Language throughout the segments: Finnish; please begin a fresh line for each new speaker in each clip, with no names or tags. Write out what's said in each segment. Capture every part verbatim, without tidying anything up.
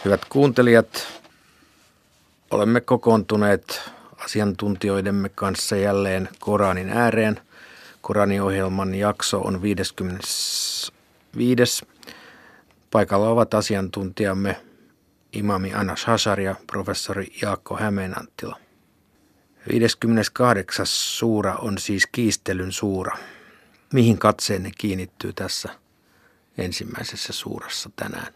Hyvät kuuntelijat, olemme kokoontuneet asiantuntijoidemme kanssa jälleen Koranin ääreen. Koraniohjelman jakso on viideskymmenesviides. Paikalla ovat asiantuntijamme imami Anas Hashar ja professori Jaakko Hämeenanttila. viideskymmeneskahdeksas suura on siis kiistelyn suura. Mihin katseenne kiinnittyy tässä ensimmäisessä suurassa tänään?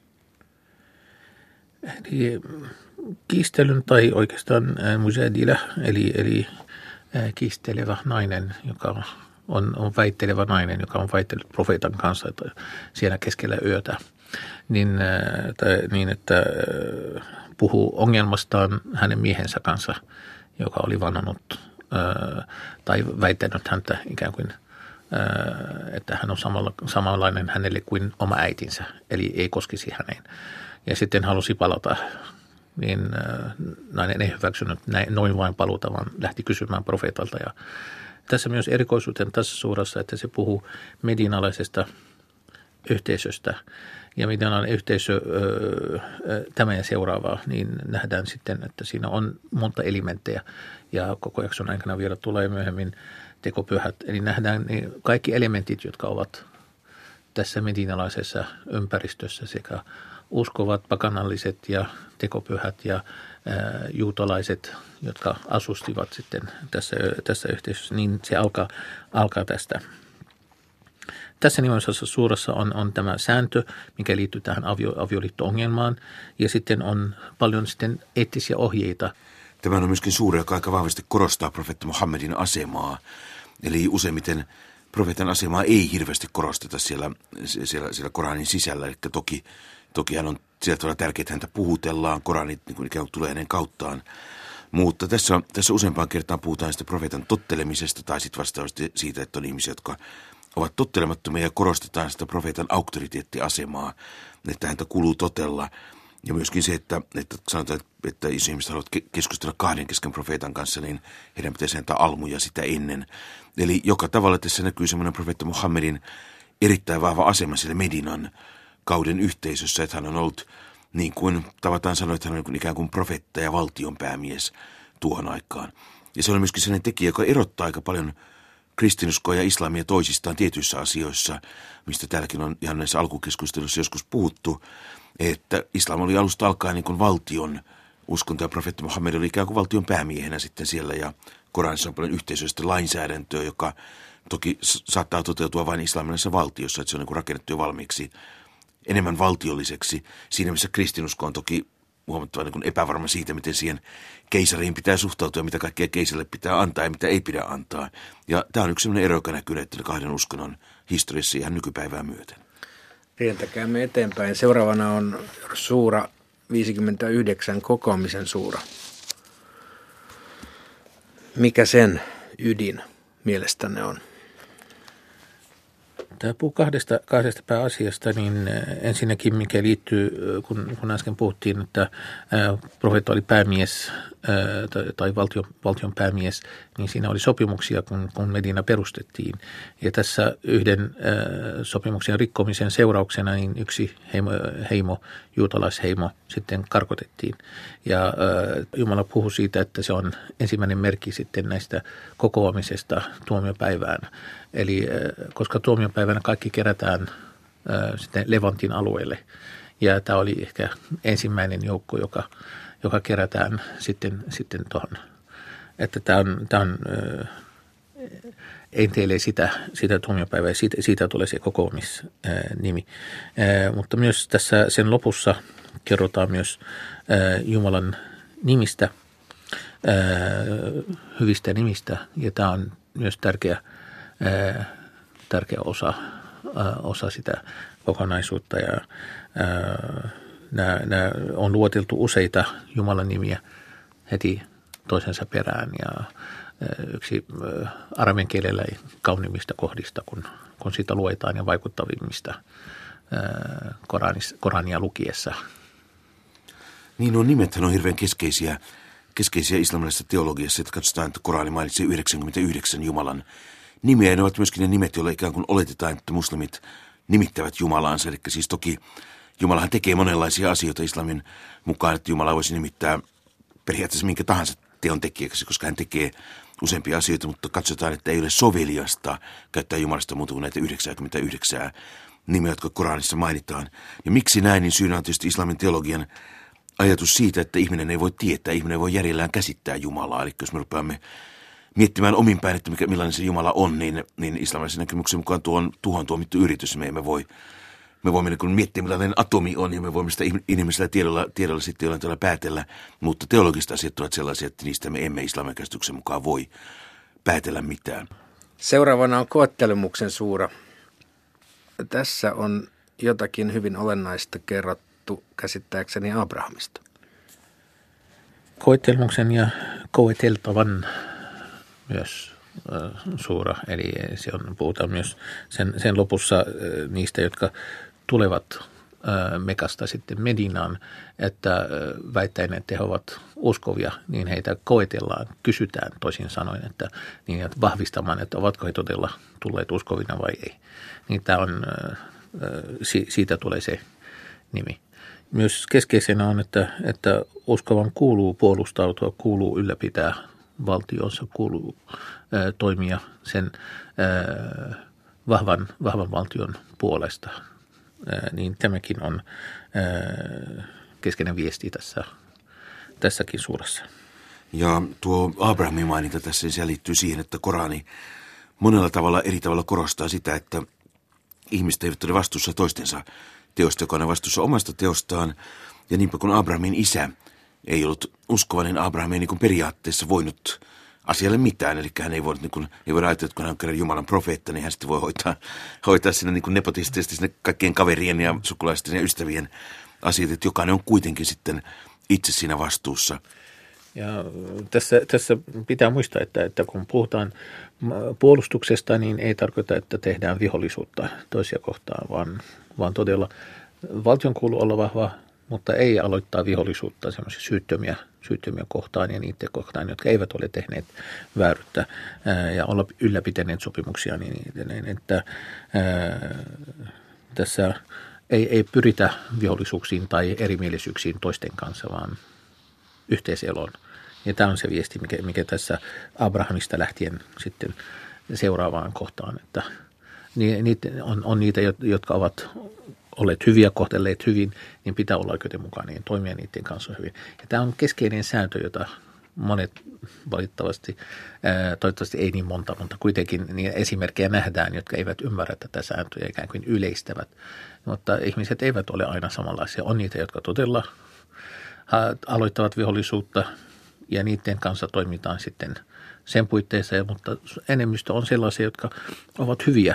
Eli kiistelyn tai oikeastaan mujadila, eli, eli kiistelevä nainen, joka on, on väittelevä nainen, joka on väitellyt profeetan kanssa siellä keskellä yötä, niin, tai, niin että puhuu ongelmastaan hänen miehensä kanssa, joka oli vannonut tai väittänyt häntä ikään kuin, että hän on samalla, samanlainen hänelle kuin oma äitinsä, eli ei koskisi häneen. Ja sitten halusi palata, niin nainen ei hyväksynyt noin vain paluuta, vaan lähti kysymään profeetalta. Ja tässä myös erikoisuuden tässä suurassa, että se puhuu medinalaisesta yhteisöstä. Ja medinalainen yhteisö, tämä ja seuraavaa, niin nähdään sitten, että siinä on monta elementtejä. Ja koko jakson aikana vielä tulee myöhemmin tekopyhät. Eli nähdään niin kaikki elementit, jotka ovat tässä medinalaisessa ympäristössä sekä uskovat, pakanalliset ja tekopyhät ja ää, juutalaiset, jotka asustivat sitten tässä, tässä yhteisössä, niin se alkaa, alkaa tästä. Tässä nimenomaisessa suurassa on, on tämä sääntö, mikä liittyy tähän avio, avioliitto-ongelmaan, ja sitten on paljon sitten eettisiä ohjeita.
Tämä on myöskin suuri, joka aika vahvasti korostaa profeetta Muhammedin asemaa, eli useimmiten profeetan asemaa ei hirveästi korosteta siellä, siellä, siellä Koranin sisällä, eli toki Toki hän on sieltä tavalla tärkeää, että häntä puhutellaan, Koranit niin kuin ikään kuin tulee hänen kauttaan. Mutta tässä, tässä useampaan kertaan puhutaan sitä profeetan tottelemisesta tai sitten vastaavasti siitä, että on ihmisiä, jotka ovat tottelemattomia ja korostetaan sitä profeetan auktoriteettiasemaa, että häntä kuuluu totella. Ja myöskin se, että, että sanotaan, että jos ihmiset haluavat keskustella kahden kesken profeetan kanssa, niin heidän pitäisi antaa almuja sitä ennen. Eli joka tavalla tässä näkyy semmoinen profeetta Muhammedin erittäin vahva asema siellä Medinan kauden yhteisössä, että hän on ollut, niin kuin tavataan sanoa, että hän on ikään kuin profeetta ja valtionpäämies tuohon aikaan. Ja se on myöskin sellainen tekijä, joka erottaa aika paljon kristinuskoa ja islamia toisistaan tietyissä asioissa, mistä täälläkin on ihan näissä alkukeskusteluissa joskus puhuttu, että islam oli alusta alkaen niin kuin valtion uskonto ja profeetta Muhammed oli ikään kuin valtion päämiehenä sitten siellä, ja Koranissa on paljon yhteisöistä lainsäädäntöä, joka toki saattaa toteutua vain islamilaisessa valtiossa, että se on niin kuin rakennettu jo valmiiksi enemmän valtiolliseksi. Siinä missä kristinusko on toki huomattavan niin kuin epävarma siitä, miten siihen keisariin pitää suhtautua, mitä kaikkea keisarille pitää antaa ja mitä ei pidä antaa. Ja tämä on yksi sellainen ero, joka näkyy näiden kahden uskonnon historiassa ihan nykypäivää myöten.
Rientäkäämme eteenpäin. Seuraavana on suura viisikymmentäyhdeksän, kokoamisen suura. Mikä sen ydin mielestänne on?
Tämä puhuu kahdesta, kahdesta pääasiasta, niin ensinnäkin mikä liittyy, kun, kun äsken puhuttiin, että profeetta oli päämies tai, tai valtion, valtion päämies, niin siinä oli sopimuksia, kun, kun Medina perustettiin. Ja tässä yhden äh, sopimuksen rikkomisen seurauksena niin yksi heimo, heimo, juutalaisheimo, sitten karkotettiin. Ja äh, Jumala puhui siitä, että se on ensimmäinen merkki sitten näistä kokoamisesta tuomiopäivään. Eli äh, koska tuomiopäivänä kaikki kerätään äh, sitten Levantin alueelle. Ja tämä oli ehkä ensimmäinen joukko, joka joka kerätään sitten, sitten tuohon. Että tämä on, tämä on äh, enteilee sitä, sitä tuomiopäivää ja siitä, siitä tulee se kokoomisnimi. Äh, mutta myös tässä sen lopussa kerrotaan myös äh, Jumalan nimistä, äh, hyvistä nimistä, ja tämä on myös tärkeä, äh, tärkeä osa, äh, osa sitä kokonaisuutta. Ja äh, Nämä, nämä on luoteltu useita Jumalan nimiä heti toisensa perään, ja yksi arabian kielellä kauniimmista kohdista, kun, kun siitä luetaan, ja vaikuttavimmista Korania lukiessa.
Niin, nuo nimethän on hirveän keskeisiä, keskeisiä islamilaisessa teologiassa, että katsotaan, että Korani mainitsee yhdeksänkymmentäyhdeksän Jumalan nimeä, ja ne ovat myöskin ne nimet, joilla ikään kuin oletetaan, että muslimit nimittävät Jumalaansa, eli siis toki Jumalahan tekee monenlaisia asioita islamin mukaan, että Jumala voisi nimittää periaatteessa minkä tahansa teon tekijäksi, koska hän tekee useampia asioita, mutta katsotaan, että ei ole soveliasta käyttää Jumalasta muuta kuin näitä yhdeksänkymmentäyhdeksän nimeä, jotka Koranissa mainitaan. Ja miksi näin, niin syynä on tietysti islamin teologian ajatus siitä, että ihminen ei voi tietää, ihminen ei voi järjellään käsittää Jumalaa. Eli jos me rupeamme miettimään omin päin, että mikä, millainen se Jumala on, niin, niin islamilaisen näkemyksen mukaan tuo on tuhon tuomittu yritys. Me emme voi, me voimme niin miettiä, millainen atomi on, ja me voimme sitä inhimillisellä tiedolla, tiedolla sitten jollain tavalla päätellä, mutta teologiset asiat ovat sellaisia, että niistä me emme islamin käsityksen mukaan voi päätellä mitään.
Seuraavana on koettelemuksen suura. Tässä on jotakin hyvin olennaista kerrottu käsittääkseni Abrahamista.
Koettelemuksen ja koeteltavan myös äh, suura, eli se on, puhutaan myös sen, sen lopussa äh, niistä, jotka tulevat äh, Mekasta sitten Medinaan, että äh, väittäen, että he ovat uskovia, niin heitä koetellaan, kysytään toisin sanoen, että, niin, että vahvistamaan, että ovatko he todella tulleet uskovina vai ei. Niin tämä on, äh, si, siitä tulee se nimi. Myös keskeisenä on, että, että uskovan kuuluu puolustautua, kuuluu ylläpitää valtionsa, kuuluu ää, toimia sen ää, vahvan, vahvan valtion puolesta. Ää, niin tämäkin on ää, keskeinen viesti tässä, tässäkin suurassa.
Ja tuo Abrahamin maininta tässä se liittyy siihen, että Korani monella tavalla eri tavalla korostaa sitä, että ihmiset eivät ole vastuussa toistensa teosta, joka on vastuussa omasta teostaan. Ja niinpä kun Abrahamin isä ei ollut uskova, niin Abraham ei niin kuin periaatteessa voinut asialle mitään. Eli hän ei voinut, niin kuin, ei voida ajatella, että kun hän on kerran Jumalan profeetta, niin hän sitten voi hoitaa, hoitaa sinne niin kuin nepotistisesti sinne kaikkien kaverien ja sukulaisten ja ystävien asiat, että jokainen on kuitenkin sitten itse siinä vastuussa.
Ja tässä, tässä pitää muistaa, että, että kun puhutaan puolustuksesta, niin ei tarkoita, että tehdään vihollisuutta toisia kohtaan, vaan, vaan todella valtion kuuluu olla vahva, mutta ei aloittaa vihollisuutta semmoisia syyttömiä, syyttömiä kohtaan ja niiden kohtaan, jotka eivät ole tehneet vääryyttä ja olla ylläpitäneet sopimuksia. Niin, että ää, tässä ei, ei pyritä vihollisuuksiin tai erimielisyyksiin toisten kanssa, vaan yhteiseloon. Ja tämä on se viesti, mikä, mikä tässä Abrahamista lähtien sitten seuraavaan kohtaan, että niitä on, on niitä, jotka ovat olleet hyviä, kohtelleet hyvin, niin pitää olla oikeudenmukainen ja toimia niiden kanssa hyvin. Ja tämä on keskeinen sääntö, jota monet valitettavasti, ää, toivottavasti ei niin monta, mutta kuitenkin niitä esimerkkejä nähdään, jotka eivät ymmärrä tätä sääntöä ikään kuin yleistävät. Mutta ihmiset eivät ole aina samanlaisia. On niitä, jotka todella aloittavat vihollisuutta ja niiden kanssa toimitaan sitten sen puitteissa, mutta enemmistö on sellaisia, jotka ovat hyviä,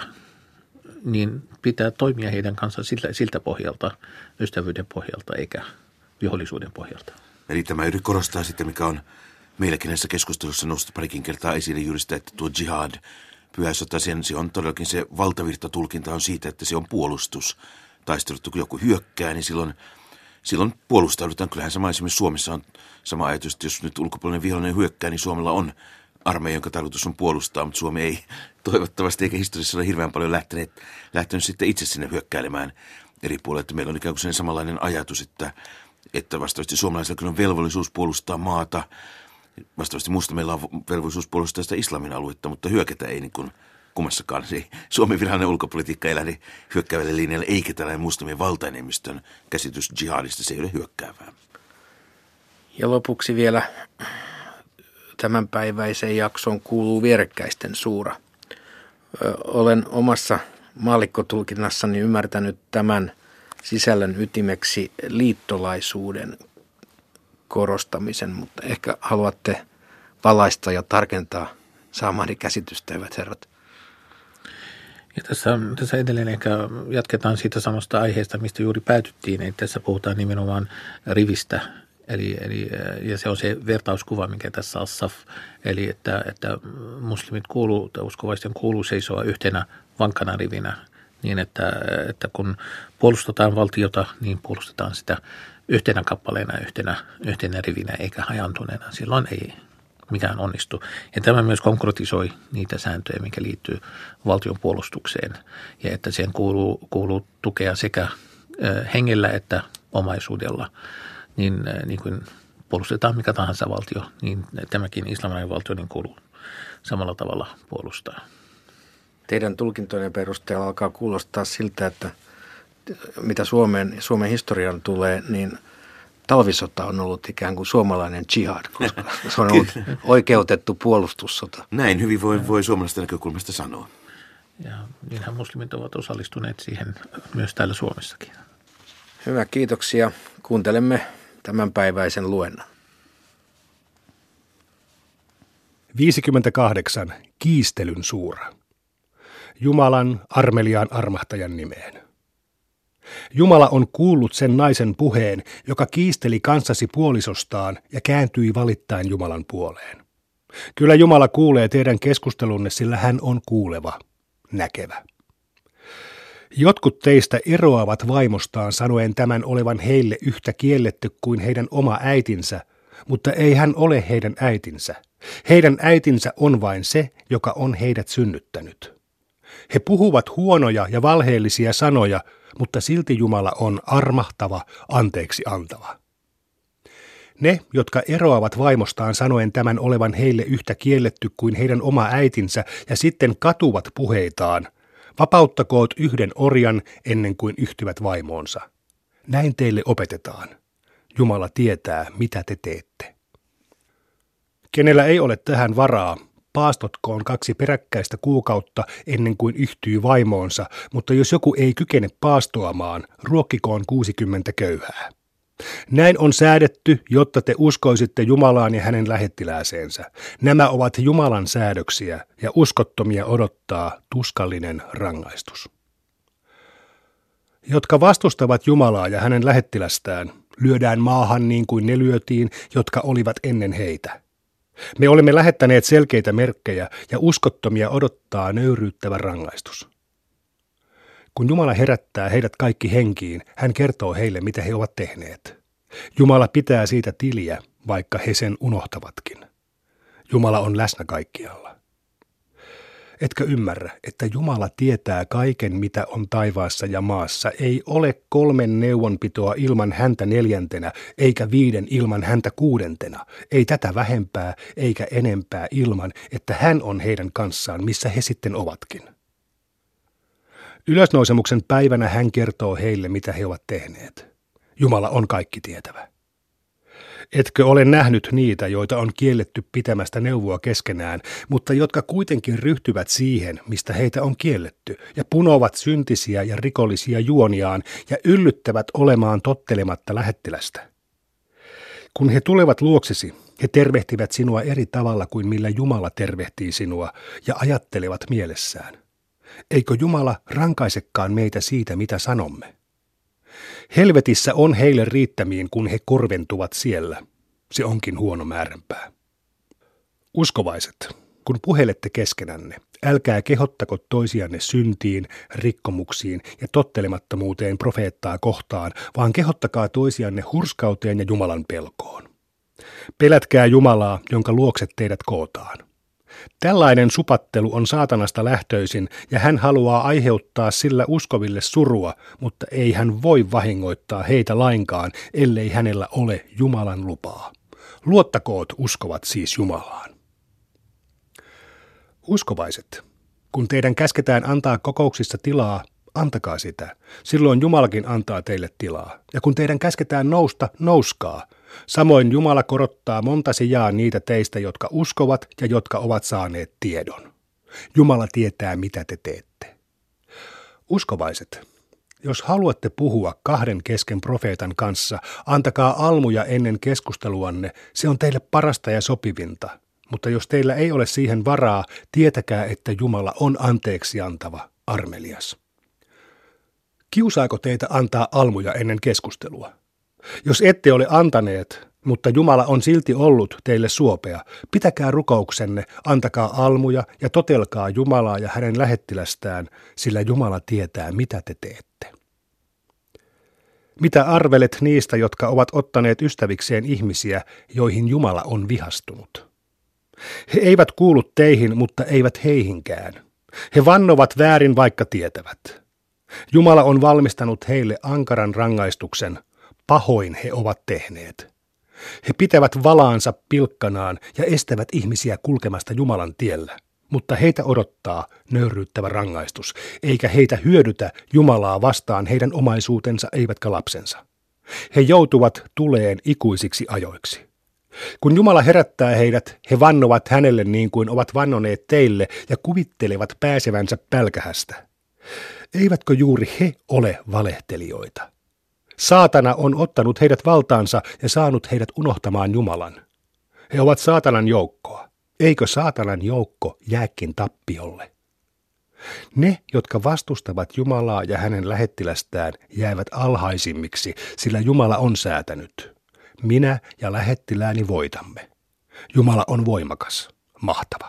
niin pitää toimia heidän kanssa siltä, siltä pohjalta, ystävyyden pohjalta eikä vihollisuuden pohjalta. Eli
tämä yritys korostaa sitten, mikä on meilläkin näissä keskustelussa noussut parikin kertaa esille juuri sitä, että tuo jihad, pyhä sota, sen, se on todellakin se valtavirta tulkinta on siitä, että se on puolustus. Taistelut, kun joku hyökkää, niin silloin Silloin puolustaudutaan. Kyllähän sama esimerkiksi Suomessa on sama ajatus, että jos nyt ulkopuolinen vihollinen hyökkää, niin Suomella on armeija, jonka tarkoitus on puolustaa, mutta Suomi ei toivottavasti eikä historiassa ole hirveän paljon lähteneet, lähtenyt sitten itse sinne hyökkäilemään eri puolilla. Meillä on ikään kuin sen samanlainen ajatus, että, että vastaavasti suomalaisilla kyllä on velvollisuus puolustaa maata. Vastaavasti muusta meillä on velvollisuus puolustaa sitä islamin aluetta, mutta hyökätä ei niin kuin kummassakaan. Se Suomen virallinen ulkopolitiikka ei lähde hyökkäävälle linjalle, eikä tällainen muslimien valtaenemmistön käsitys jihadista, se ei ole hyökkäävää.
Ja lopuksi vielä tämänpäiväiseen jaksoon kuuluu vierekkäisten suura. Olen omassa maallikkotulkinnassani ymmärtänyt tämän sisällön ytimeksi liittolaisuuden korostamisen, mutta ehkä haluatte valaista ja tarkentaa saamani käsitystä, hyvät herrat.
Ja tässä, tässä edelleen ehkä jatketaan siitä samasta aiheesta, mistä juuri päätyttiin. Eli tässä puhutaan nimenomaan rivistä. Eli, eli, ja se on se vertauskuva, mikä tässä on saf. Eli että, että muslimit kuuluu, tai uskovaisten kuuluu seisoa yhtenä vankkana rivinä. Niin, että, että kun puolustetaan valtiota, niin puolustetaan sitä yhtenä kappaleena, yhtenä, yhtenä rivinä, eikä hajantuneena. Silloin ei mikään onnistu. Ja tämä myös konkretisoi niitä sääntöjä, mikä liittyy valtion puolustukseen. Ja että siihen kuuluu, kuuluu tukea sekä hengellä että omaisuudella, niin, niin kuin puolustetaan mikä tahansa valtio, niin tämäkin islamilainen valtio niin kuuluu samalla tavalla puolustaa.
Teidän tulkintojen perusteella alkaa kuulostaa siltä, että mitä Suomen, Suomen historiaan tulee, niin talvisota on ollut ikään kuin suomalainen jihad, koska se on ollut oikeutettu puolustussota.
Näin hyvin voi, voi suomalaisesta näkökulmasta sanoa.
Ja niinhän muslimit ovat osallistuneet siihen myös täällä Suomessakin.
Hyvä, kiitoksia. Kuuntelemme tämänpäiväisen luennan.
viisikymmentäkahdeksan. Kiistelyn suura. Jumalan armeliaan armahtajan nimeen. Jumala on kuullut sen naisen puheen, joka kiisteli kanssasi puolisostaan ja kääntyi valittain Jumalan puoleen. Kyllä Jumala kuulee teidän keskustelunne, sillä hän on kuuleva, näkevä. Jotkut teistä eroavat vaimostaan sanoen tämän olevan heille yhtä kielletty kuin heidän oma äitinsä, mutta ei hän ole heidän äitinsä. Heidän äitinsä on vain se, joka on heidät synnyttänyt. He puhuvat huonoja ja valheellisia sanoja, mutta silti Jumala on armahtava, anteeksi antava. Ne, jotka eroavat vaimostaan sanoen tämän olevan heille yhtä kielletty kuin heidän oma äitinsä ja sitten katuvat puheitaan, vapauttakoot yhden orjan ennen kuin yhtyvät vaimoonsa. Näin teille opetetaan. Jumala tietää, mitä te teette. Kenellä ei ole tähän varaa, paastotkoon kaksi peräkkäistä kuukautta ennen kuin yhtyy vaimoonsa, mutta jos joku ei kykene paastoamaan, ruokkikoon kuusikymmentä köyhää. Näin on säädetty, jotta te uskoisitte Jumalaan ja hänen lähettilääseensä. Nämä ovat Jumalan säädöksiä ja uskottomia odottaa tuskallinen rangaistus. Jotka vastustavat Jumalaa ja hänen lähettilästään, lyödään maahan niin kuin ne lyötiin, jotka olivat ennen heitä. Me olemme lähettäneet selkeitä merkkejä ja uskottomia odottaa nöyryyttävä rangaistus. Kun Jumala herättää heidät kaikki henkiin, hän kertoo heille, mitä he ovat tehneet. Jumala pitää siitä tiliä, vaikka he sen unohtavatkin. Jumala on läsnä kaikkialla. Etkö ymmärrä, että Jumala tietää kaiken, mitä on taivaassa ja maassa? Ei ole kolmen neuvonpitoa ilman häntä neljäntenä, eikä viiden ilman häntä kuudentena. Ei tätä vähempää eikä enempää ilman, että hän on heidän kanssaan, missä he sitten ovatkin. Ylösnousemuksen päivänä hän kertoo heille, mitä he ovat tehneet. Jumala on kaikki tietävä. Etkö ole nähnyt niitä, joita on kielletty pitämästä neuvoa keskenään, mutta jotka kuitenkin ryhtyvät siihen, mistä heitä on kielletty, ja punovat syntisiä ja rikollisia juoniaan ja yllyttävät olemaan tottelematta lähettilästä? Kun he tulevat luoksesi, he tervehtivät sinua eri tavalla kuin millä Jumala tervehtii sinua, ja ajattelevat mielessään. Eikö Jumala rankaisekaan meitä siitä, mitä sanomme? Helvetissä on heille riittämiin, kun he korventuvat siellä. Se onkin huono määränpää. Uskovaiset, kun puhelette keskenänne, älkää kehottako toisianne syntiin, rikkomuksiin ja tottelemattomuuteen profeettaa kohtaan, vaan kehottakaa toisianne hurskauteen ja Jumalan pelkoon. Pelätkää Jumalaa, jonka luokset teidät kootaan. Tällainen supattelu on saatanasta lähtöisin, ja hän haluaa aiheuttaa sillä uskoville surua, mutta ei hän voi vahingoittaa heitä lainkaan, ellei hänellä ole Jumalan lupaa. Luottakoot uskovat siis Jumalaan. Uskovaiset, kun teidän käsketään antaa kokouksissa tilaa, antakaa sitä. Silloin Jumalakin antaa teille tilaa. Ja kun teidän käsketään nousta, nouskaa. Samoin Jumala korottaa monta sijaa niitä teistä, jotka uskovat ja jotka ovat saaneet tiedon. Jumala tietää, mitä te teette. Uskovaiset, jos haluatte puhua kahden kesken profeetan kanssa, antakaa almuja ennen keskusteluanne, se on teille parasta ja sopivinta. Mutta jos teillä ei ole siihen varaa, tietäkää, että Jumala on anteeksi antava, armelias. Kiusaako teitä antaa almuja ennen keskustelua? Jos ette ole antaneet, mutta Jumala on silti ollut teille suopea, pitäkää rukouksenne, antakaa almuja ja totelkaa Jumalaa ja hänen lähettilästään, sillä Jumala tietää, mitä te teette. Mitä arvelet niistä, jotka ovat ottaneet ystävikseen ihmisiä, joihin Jumala on vihastunut? He eivät kuulu teihin, mutta eivät heihinkään. He vannovat väärin, vaikka tietävät. Jumala on valmistanut heille ankaran rangaistuksen, pahoin he ovat tehneet. He pitävät valaansa pilkkanaan ja estävät ihmisiä kulkemasta Jumalan tiellä, mutta heitä odottaa nöyryyttävä rangaistus, eikä heitä hyödytä Jumalaa vastaan heidän omaisuutensa eivätkä lapsensa. He joutuvat tuleen ikuisiksi ajoiksi. Kun Jumala herättää heidät, he vannovat hänelle niin kuin ovat vannoneet teille ja kuvittelevat pääsevänsä pälkähästä. Eivätkö juuri he ole valehtelijoita? Saatana on ottanut heidät valtaansa ja saanut heidät unohtamaan Jumalan. He ovat saatanan joukkoa. Eikö saatanan joukko jääkin tappiolle? Ne, jotka vastustavat Jumalaa ja hänen lähettilästään, jäävät alhaisimmiksi, sillä Jumala on säätänyt. Minä ja lähettilääni voitamme. Jumala on voimakas, mahtava.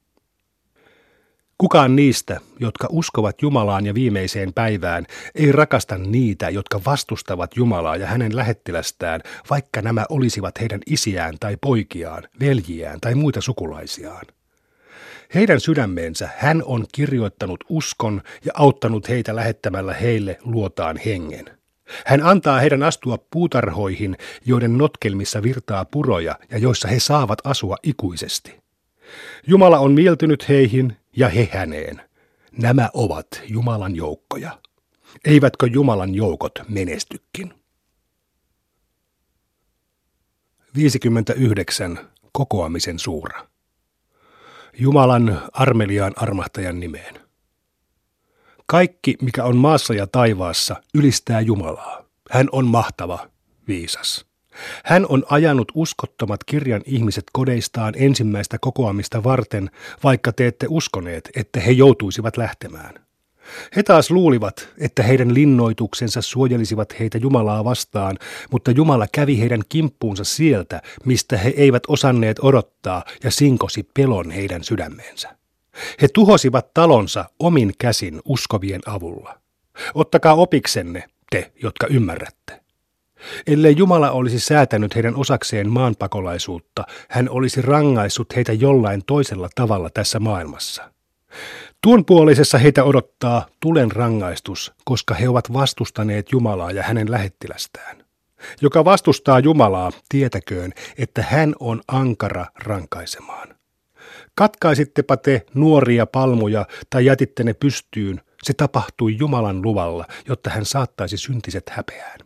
Kukaan niistä, jotka uskovat Jumalaan ja viimeiseen päivään, ei rakasta niitä, jotka vastustavat Jumalaa ja hänen lähettilästään, vaikka nämä olisivat heidän isiään tai poikiaan, veljiään tai muita sukulaisiaan. Heidän sydämeensä hän on kirjoittanut uskon ja auttanut heitä lähettämällä heille luotaan hengen. Hän antaa heidän astua puutarhoihin, joiden notkelmissa virtaa puroja ja joissa he saavat asua ikuisesti. Jumala on mieltynyt heihin ja he häneen. Nämä ovat Jumalan joukkoja. Eivätkö Jumalan joukot menestykin? viisikymmentäyhdeksän. Kokoamisen suura. Jumalan armeliaan armahtajan nimeen. Kaikki, mikä on maassa ja taivaassa, ylistää Jumalaa. Hän on mahtava, viisas. Hän on ajanut uskottomat kirjan ihmiset kodeistaan ensimmäistä kokoamista varten, vaikka te ette uskoneet, että he joutuisivat lähtemään. He taas luulivat, että heidän linnoituksensa suojelisivat heitä Jumalaa vastaan, mutta Jumala kävi heidän kimppuunsa sieltä, mistä he eivät osanneet odottaa, ja sinkosi pelon heidän sydämeensä. He tuhosivat talonsa omin käsin uskovien avulla. Ottakaa opiksenne, te, jotka ymmärrätte. Ellei Jumala olisi säätänyt heidän osakseen maanpakolaisuutta, hän olisi rangaissut heitä jollain toisella tavalla tässä maailmassa. Tuonpuoleisessa heitä odottaa tulen rangaistus, koska he ovat vastustaneet Jumalaa ja hänen lähettilästään. Joka vastustaa Jumalaa, tietäköön, että hän on ankara rankaisemaan. Katkaisittepa te nuoria palmuja tai jätitte ne pystyyn, se tapahtui Jumalan luvalla, jotta hän saattaisi syntiset häpeään.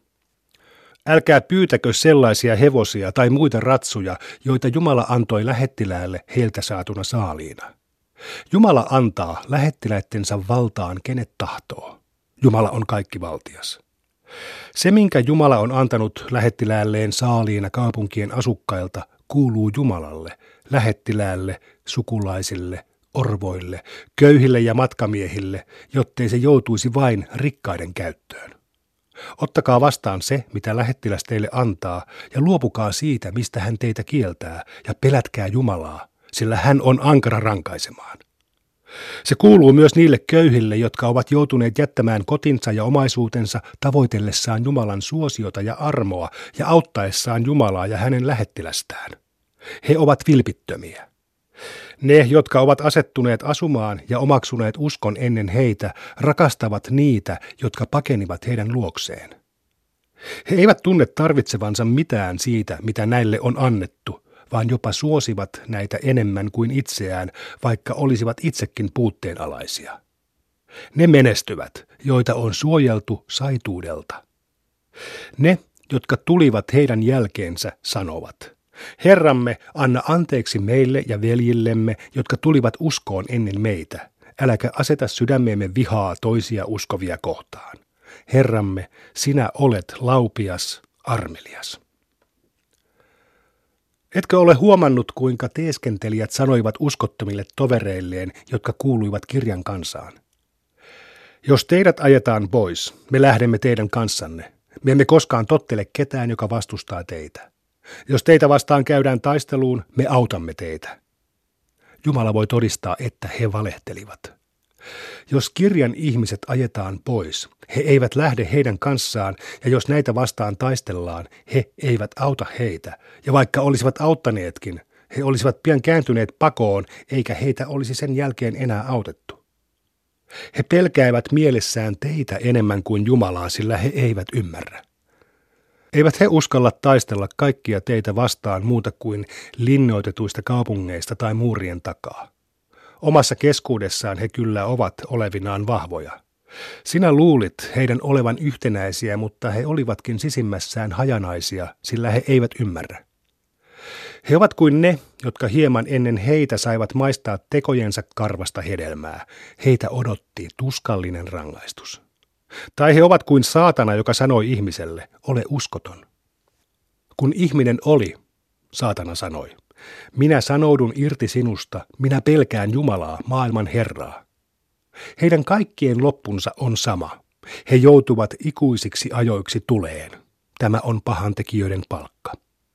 Älkää pyytäkö sellaisia hevosia tai muita ratsuja, joita Jumala antoi lähettiläälle heiltä saatuna saaliina. Jumala antaa lähettiläittensä valtaan kenet tahtoo. Jumala on kaikkivaltias. Se, minkä Jumala on antanut lähettiläälleen saaliina kaupunkien asukkailta, kuuluu Jumalalle, lähettiläälle, sukulaisille, orvoille, köyhille ja matkamiehille, jottei se joutuisi vain rikkaiden käyttöön. Ottakaa vastaan se, mitä lähettiläs teille antaa, ja luopukaa siitä, mistä hän teitä kieltää, ja pelätkää Jumalaa, sillä hän on ankara rankaisemaan. Se kuuluu myös niille köyhille, jotka ovat joutuneet jättämään kotinsa ja omaisuutensa tavoitellessaan Jumalan suosiota ja armoa ja auttaessaan Jumalaa ja hänen lähettilästään. He ovat vilpittömiä. Ne, jotka ovat asettuneet asumaan ja omaksuneet uskon ennen heitä, rakastavat niitä, jotka pakenivat heidän luokseen. He eivät tunne tarvitsevansa mitään siitä, mitä näille on annettu, vaan jopa suosivat näitä enemmän kuin itseään, vaikka olisivat itsekin puutteenalaisia. Ne menestyvät, joita on suojeltu saituudelta. Ne, jotka tulivat heidän jälkeensä, sanovat: Herramme, anna anteeksi meille ja veljillemme, jotka tulivat uskoon ennen meitä. Äläkä aseta sydämeemme vihaa toisia uskovia kohtaan. Herramme, sinä olet laupias, armelias. Etkö ole huomannut, kuinka teeskentelijät sanoivat uskottomille tovereilleen, jotka kuuluivat kirjan kansaan? Jos teidät ajetaan pois, me lähdemme teidän kanssanne. Me emme koskaan tottele ketään, joka vastustaa teitä. Jos teitä vastaan käydään taisteluun, me autamme teitä. Jumala voi todistaa, että he valehtelivat. Jos kirjan ihmiset ajetaan pois, he eivät lähde heidän kanssaan, ja jos näitä vastaan taistellaan, he eivät auta heitä. Ja vaikka olisivat auttaneetkin, he olisivat pian kääntyneet pakoon, eikä heitä olisi sen jälkeen enää autettu. He pelkäävät mielessään teitä enemmän kuin Jumalaa, sillä he eivät ymmärrä. Eivät he uskalla taistella kaikkia teitä vastaan muuta kuin linnoitetuista kaupungeista tai muurien takaa. Omassa keskuudessaan he kyllä ovat olevinaan vahvoja. Sinä luulit heidän olevan yhtenäisiä, mutta he olivatkin sisimmässään hajanaisia, sillä he eivät ymmärrä. He ovat kuin ne, jotka hieman ennen heitä saivat maistaa tekojensa karvasta hedelmää. Heitä odotti tuskallinen rangaistus. Tai he ovat kuin saatana, joka sanoi ihmiselle, ole uskoton. Kun ihminen oli, saatana sanoi, minä sanoudun irti sinusta, minä pelkään Jumalaa, maailman Herraa. Heidän kaikkien loppunsa on sama. He joutuvat ikuisiksi ajoiksi tuleen. Tämä on pahantekijöiden palkka.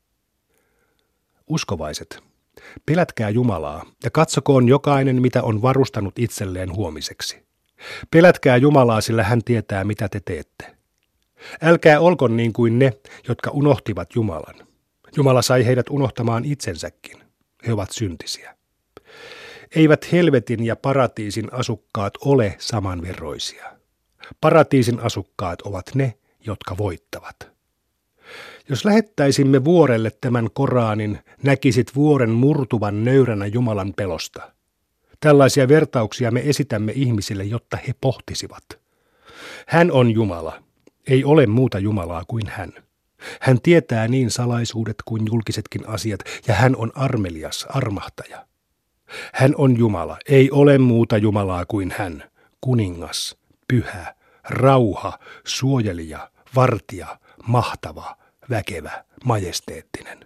Uskovaiset, pelätkää Jumalaa ja katsokoon jokainen, mitä on varustanut itselleen huomiseksi. Pelätkää Jumalaa, sillä hän tietää, mitä te teette. Älkää olko niin kuin ne, jotka unohtivat Jumalan. Jumala sai heidät unohtamaan itsensäkin. He ovat syntisiä. Eivät helvetin ja paratiisin asukkaat ole samanveroisia. Paratiisin asukkaat ovat ne, jotka voittavat. Jos lähettäisimme vuorelle tämän Koraanin, näkisit vuoren murtuvan nöyränä Jumalan pelosta. Tällaisia vertauksia me esitämme ihmisille, jotta he pohtisivat. Hän on Jumala. Ei ole muuta Jumalaa kuin hän. Hän tietää niin salaisuudet kuin julkisetkin asiat, ja hän on armelias, armahtaja. Hän on Jumala. Ei ole muuta Jumalaa kuin hän. Kuningas, pyhä, rauha, suojelija, vartija, mahtava, väkevä, majesteettinen.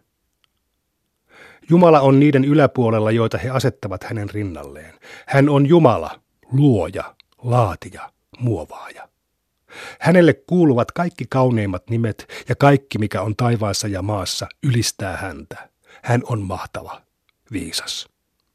Jumala on niiden yläpuolella, joita he asettavat hänen rinnalleen. Hän on Jumala, luoja, laatija, muovaaja. Hänelle kuuluvat kaikki kauneimmat nimet ja kaikki, mikä on taivaassa ja maassa, ylistää häntä. Hän on mahtava, viisas.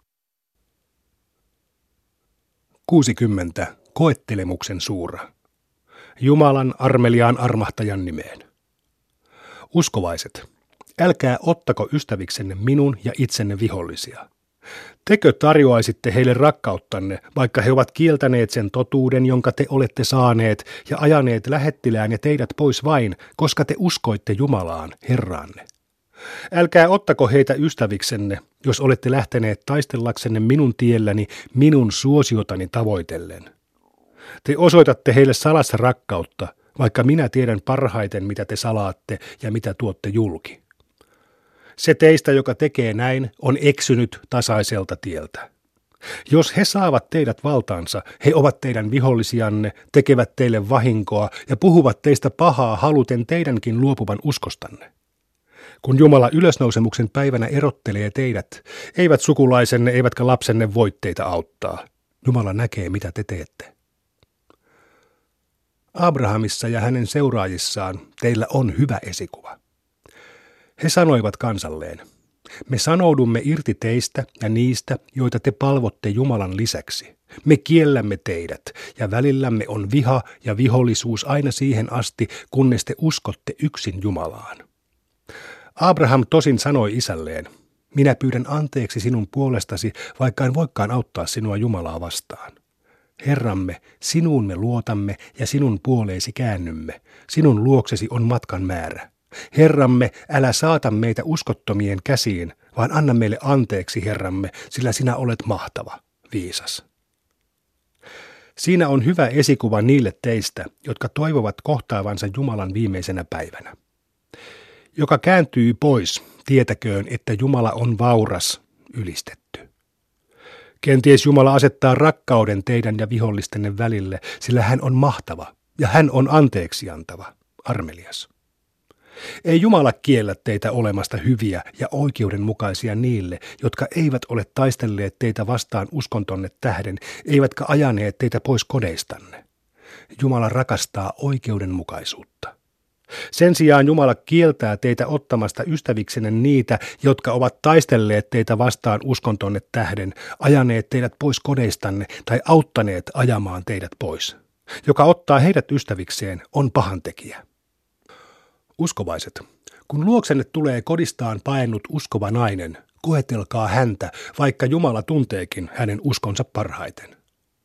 kuusikymmentä. Koettelemuksen suura. Jumalan armeliaan armahtajan nimeen. Uskovaiset, älkää ottako ystäviksenne minun ja itsenne vihollisia. Tekö tarjoaisitte heille rakkauttanne, vaikka he ovat kieltäneet sen totuuden, jonka te olette saaneet, ja ajaneet lähettilään ja teidät pois vain, koska te uskoitte Jumalaan, Herraanne. Älkää ottako heitä ystäviksenne, jos olette lähteneet taistellaksenne minun tielläni, minun suosiotani tavoitellen. Te osoitatte heille salassa rakkautta, vaikka minä tiedän parhaiten, mitä te salaatte ja mitä tuotte julki. Se teistä, joka tekee näin, on eksynyt tasaiselta tieltä. Jos he saavat teidät valtaansa, he ovat teidän vihollisianne, tekevät teille vahinkoa ja puhuvat teistä pahaa haluten teidänkin luopuvan uskostanne. Kun Jumala ylösnousemuksen päivänä erottelee teidät, eivät sukulaisenne eivätkä lapsenne voi teitä auttaa. Jumala näkee, mitä te teette. Abrahamissa ja hänen seuraajissaan teillä on hyvä esikuva. He sanoivat kansalleen, me sanoudumme irti teistä ja niistä, joita te palvotte Jumalan lisäksi. Me kiellämme teidät, ja välillämme on viha ja vihollisuus aina siihen asti, kunnes te uskotte yksin Jumalaan. Abraham tosin sanoi isälleen, minä pyydän anteeksi sinun puolestasi, vaikka en voikaan auttaa sinua Jumalaa vastaan. Herramme, sinuun me luotamme ja sinun puoleesi käännymme. Sinun luoksesi on matkan määrä. Herramme, älä saata meitä uskottomien käsiin, vaan anna meille anteeksi, Herramme, sillä sinä olet mahtava, viisas. Siinä on hyvä esikuva niille teistä, jotka toivovat kohtaavansa Jumalan viimeisenä päivänä. Joka kääntyy pois, tietäköön, että Jumala on vauras, ylistetty. Kenties Jumala asettaa rakkauden teidän ja vihollistenne välille, sillä hän on mahtava ja hän on anteeksiantava, armelias. Ei Jumala kiellä teitä olemasta hyviä ja oikeudenmukaisia niille, jotka eivät ole taistelleet teitä vastaan uskontonne tähden, eivätkä ajaneet teitä pois kodeistanne. Jumala rakastaa oikeudenmukaisuutta. Sen sijaan Jumala kieltää teitä ottamasta ystäviksenne niitä, jotka ovat taistelleet teitä vastaan uskontonne tähden, ajaneet teidät pois kodeistanne tai auttaneet ajamaan teidät pois. Joka ottaa heidät ystävikseen, on pahantekijä. Uskovaiset, kun luoksenne tulee kodistaan paennut uskova nainen, koetelkaa häntä, vaikka Jumala tunteekin hänen uskonsa parhaiten.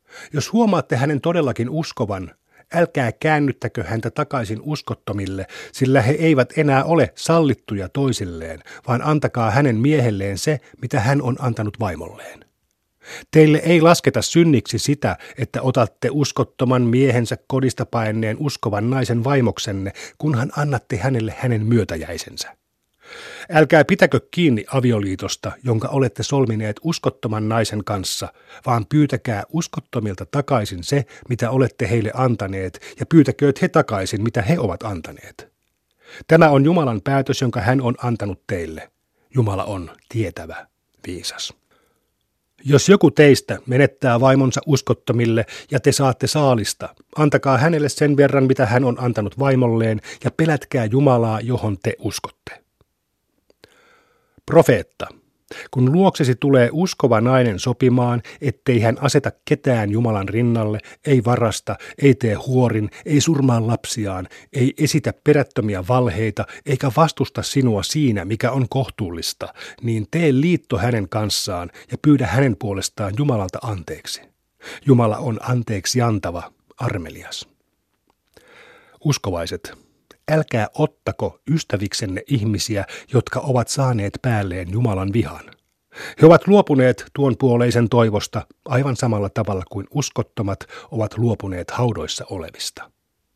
Jos huomaatte hänen todellakin uskovan, älkää käännyttäkö häntä takaisin uskottomille, sillä he eivät enää ole sallittuja toisilleen, vaan antakaa hänen miehelleen se, mitä hän on antanut vaimolleen. Teille ei lasketa synniksi sitä, että otatte uskottoman miehensä kodista paenneen uskovan naisen vaimoksenne, kunhan annatte hänelle hänen myötäjäisensä. Älkää pitäkö kiinni avioliitosta, jonka olette solmineet uskottoman naisen kanssa, vaan pyytäkää uskottomilta takaisin se, mitä olette heille antaneet, ja pyytäkööt he takaisin, mitä he ovat antaneet. Tämä on Jumalan päätös, jonka hän on antanut teille. Jumala on tietävä, viisas. Jos joku teistä menettää vaimonsa uskottomille ja te saatte saalista, antakaa hänelle sen verran, mitä hän on antanut vaimolleen, ja pelätkää Jumalaa, johon te uskotte. Profeetta. Kun luoksesi tulee uskova nainen sopimaan, ettei hän aseta ketään Jumalan rinnalle, ei varasta, ei tee huorin, ei surmaa lapsiaan, ei esitä perättömiä valheita, eikä vastusta sinua siinä, mikä on kohtuullista, niin tee liitto hänen kanssaan ja pyydä hänen puolestaan Jumalalta anteeksi. Jumala on anteeksi antava, armelias. Uskovaiset. Älkää ottako ystäviksenne ihmisiä, jotka ovat saaneet päälleen Jumalan vihan. He ovat luopuneet tuon puoleisen toivosta aivan samalla tavalla kuin uskottomat ovat luopuneet haudoissa olevista.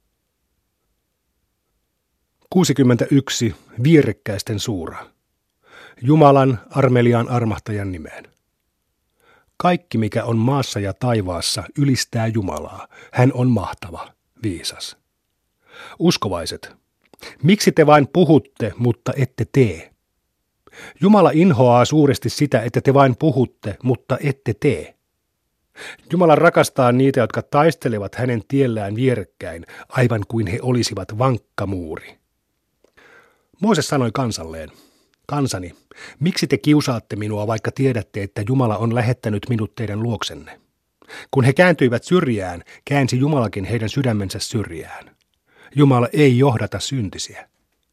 kuusikymmentäyksi. Vierekkäisten suura. Jumalan armeliaan armahtajan nimeen. Kaikki, mikä on maassa ja taivaassa, ylistää Jumalaa. Hän on mahtava, viisas. Uskovaiset. Miksi te vain puhutte, mutta ette tee? Jumala inhoaa suuresti sitä, että te vain puhutte, mutta ette tee. Jumala rakastaa niitä, jotka taistelevat hänen tiellään vierekkäin, aivan kuin he olisivat vankka muuri. Mooses sanoi kansalleen, kansani, miksi te kiusaatte minua, vaikka tiedätte, että Jumala on lähettänyt minut teidän luoksenne? Kun he kääntyivät syrjään, käänsi Jumalakin heidän sydämensä syrjään. Jumala ei johdata syntisiä.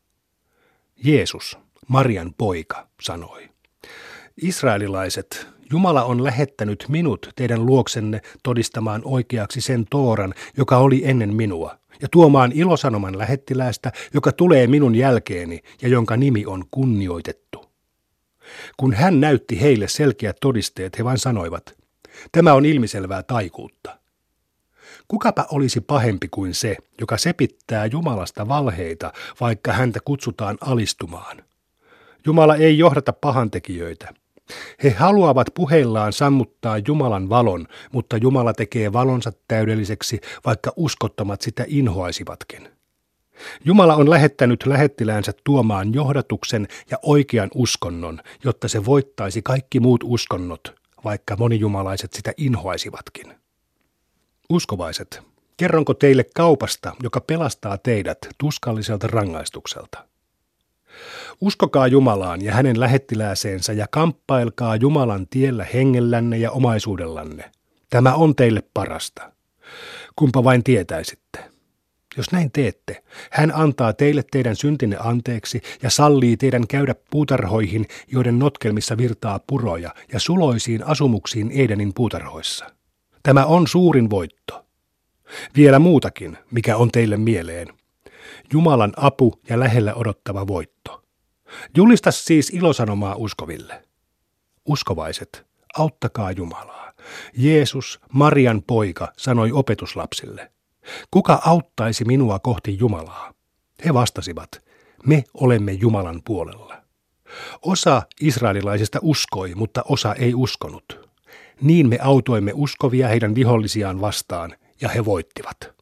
Jeesus, Marian poika, sanoi, israelilaiset, Jumala on lähettänyt minut teidän luoksenne todistamaan oikeaksi sen Tooran, joka oli ennen minua, ja tuomaan ilosanoman lähettiläästä, joka tulee minun jälkeeni ja jonka nimi on kunnioitettu. Kun hän näytti heille selkeät todisteet, he vain sanoivat, tämä on ilmiselvää taikuutta. Kukapa olisi pahempi kuin se, joka sepittää Jumalasta valheita, vaikka häntä kutsutaan alistumaan. Jumala ei johdata pahantekijöitä. He haluavat puheillaan sammuttaa Jumalan valon, mutta Jumala tekee valonsa täydelliseksi, vaikka uskottomat sitä inhoaisivatkin. Jumala on lähettänyt lähettiläänsä tuomaan johdatuksen ja oikean uskonnon, jotta se voittaisi kaikki muut uskonnot, vaikka monijumalaiset sitä inhoaisivatkin. Uskovaiset, kerronko teille kaupasta, joka pelastaa teidät tuskalliselta rangaistukselta? Uskokaa Jumalaan ja hänen lähettilääseensä ja kamppailkaa Jumalan tiellä hengellänne ja omaisuudellanne. Tämä on teille parasta. Kumpa vain tietäisitte. Jos näin teette, hän antaa teille teidän syntinne anteeksi ja sallii teidän käydä puutarhoihin, joiden notkelmissa virtaa puroja, ja suloisiin asumuksiin Edenin puutarhoissa. Tämä on suurin voitto. Vielä muutakin, mikä on teille mieleen. Jumalan apu ja lähellä odottava voitto. Julista siis ilosanomaa uskoville. Uskovaiset, auttakaa Jumalaa. Jeesus, Marian poika, sanoi opetuslapsille. Kuka auttaisi minua kohti Jumalaa? He vastasivat, me olemme Jumalan puolella. Osa israelilaisista uskoi, mutta osa ei uskonut. Niin me autoimme uskovia heidän vihollisiaan vastaan, ja he voittivat.